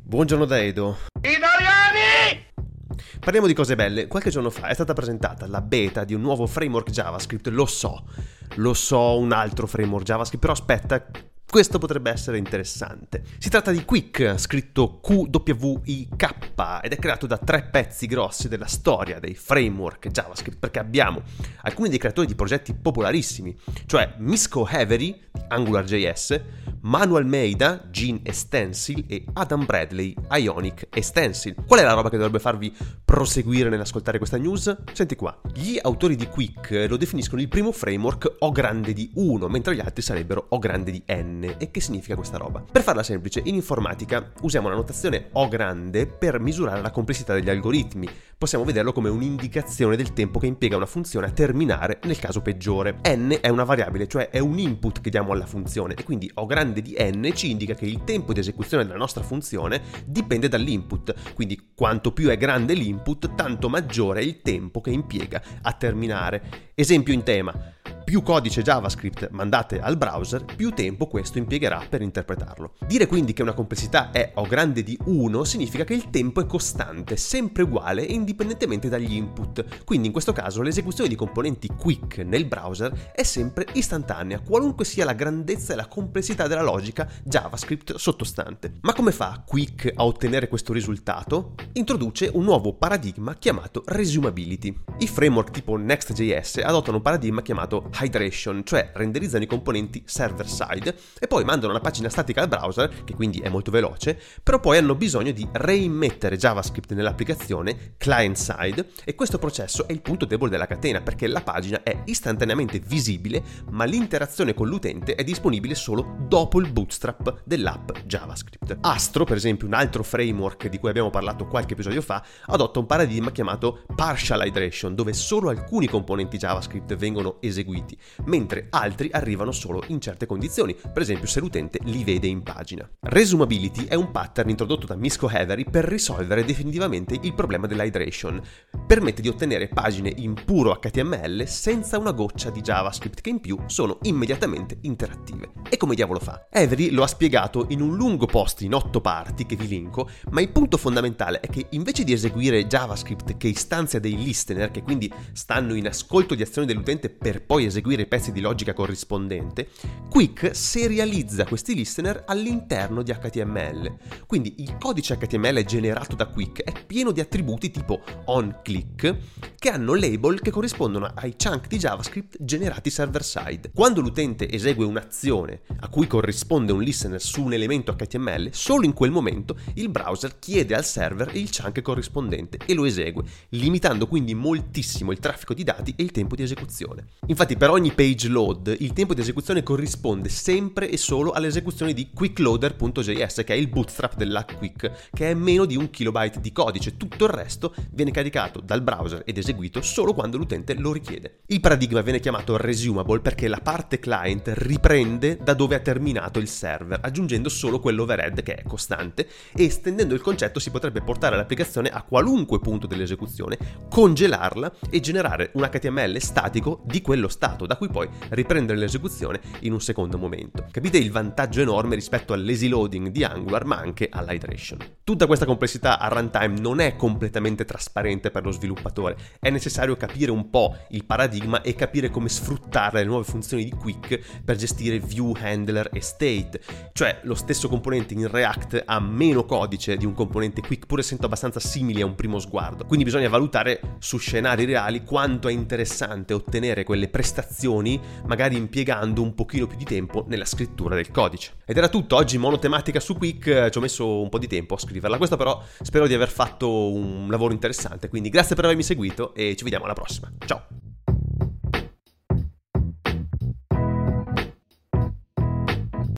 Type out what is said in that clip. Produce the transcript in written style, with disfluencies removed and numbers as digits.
Buongiorno da Edo. Italiani! Parliamo di cose belle. Qualche giorno fa è stata presentata la beta di un nuovo framework JavaScript. Lo so, un altro framework JavaScript, però aspetta, questo potrebbe essere interessante. Si tratta di Qwik, scritto Qwik, ed è creato da 3 pezzi grossi della storia dei framework JavaScript, perché abbiamo alcuni dei creatori di progetti popolarissimi, cioè Misko Hevery di AngularJS, Manu Almeida, Gene e Stencil, e Adam Bradley, Ionic e Stencil. Qual è la roba che dovrebbe farvi proseguire nell'ascoltare questa news? Senti qua. Gli autori di Qwik lo definiscono il primo framework O grande di 1, mentre gli altri sarebbero O grande di n. E che significa questa roba? Per farla semplice, in informatica usiamo la notazione O grande per misurare la complessità degli algoritmi. Possiamo vederlo come un'indicazione del tempo che impiega una funzione a terminare nel caso peggiore. N è una variabile, cioè è un input che diamo alla funzione, e quindi O grande di n ci indica che il tempo di esecuzione della nostra funzione dipende dall'input. Quindi quanto più è grande l'input, tanto maggiore è il tempo che impiega a terminare. Esempio in tema: più codice JavaScript mandate al browser, più tempo questo impiegherà per interpretarlo. Dire quindi che una complessità è O grande di 1 significa che il tempo è costante, sempre uguale e indipendentemente dagli input. Quindi in questo caso l'esecuzione di componenti Qwik nel browser è sempre istantanea, qualunque sia la grandezza e la complessità della logica JavaScript sottostante. Ma come fa Qwik a ottenere questo risultato? Introduce un nuovo paradigma chiamato resumability. I framework tipo Next.js adottano un paradigma chiamato hydration, cioè renderizzano i componenti server-side e poi mandano una pagina statica al browser, che quindi è molto veloce, però poi hanno bisogno di reimmettere JavaScript nell'applicazione client-side, e questo processo è il punto debole della catena, perché la pagina è istantaneamente visibile, ma l'interazione con l'utente è disponibile solo dopo il bootstrap dell'app JavaScript. Astro, per esempio, un altro framework di cui abbiamo parlato qualche episodio fa, adotta un paradigma chiamato partial hydration, dove solo alcuni componenti JavaScript vengono eseguiti, mentre altri arrivano solo in certe condizioni, per esempio se l'utente li vede in pagina. Resumability è un pattern introdotto da Misko Hevery per risolvere definitivamente il problema dell'hydration. Permette di ottenere pagine in puro HTML senza una goccia di JavaScript, che in più sono immediatamente interattive. E come diavolo fa? Hevery lo ha spiegato in un lungo post in 8 parti che vi linko, ma il punto fondamentale è che invece di eseguire JavaScript che istanzia dei listener, che quindi stanno in ascolto di azioni dell'utente per poi eseguire i pezzi di logica corrispondente, Qwik serializza questi listener all'interno di HTML. Quindi il codice HTML generato da Qwik è pieno di attributi tipo onClick che hanno label che corrispondono ai chunk di JavaScript generati server-side. Quando l'utente esegue un'azione a cui corrisponde un listener su un elemento HTML, solo in quel momento il browser chiede al server il chunk corrispondente e lo esegue, limitando quindi moltissimo il traffico di dati e il tempo di esecuzione. Infatti per ogni page load il tempo di esecuzione corrisponde sempre e solo all'esecuzione di quickloader.js, che è il bootstrap della Qwik, che è meno di 1 kilobyte di codice. Tutto il resto viene caricato dal browser ed eseguito solo quando l'utente lo richiede. Il paradigma viene chiamato resumable perché la parte client riprende da dove ha terminato il server, aggiungendo solo quell'overhead che è costante, e estendendo il concetto si potrebbe portare l'applicazione a qualunque punto dell'esecuzione, congelarla e generare un HTML statico di quello stato, da cui poi riprendere l'esecuzione in un secondo momento. Capite il vantaggio enorme rispetto all'easy loading di Angular, ma anche all'hydration. Tutta questa complessità a runtime non è completamente trasparente per lo sviluppatore, è necessario capire un po' il paradigma e capire come sfruttare le nuove funzioni di Qwik per gestire view, handler e state. Cioè, lo stesso componente in React ha meno codice di un componente Qwik, pur essendo abbastanza simili a un primo sguardo. Quindi bisogna valutare su scenari reali quanto è interessante ottenere quelle prestazioni, magari impiegando un pochino più di tempo nella scrittura del codice. Ed era tutto oggi, monotematica su Qwik. Ci ho messo un po' di tempo a scriverla, questo però spero di aver fatto un lavoro interessante, quindi grazie per avermi seguito e ci vediamo alla prossima. Ciao!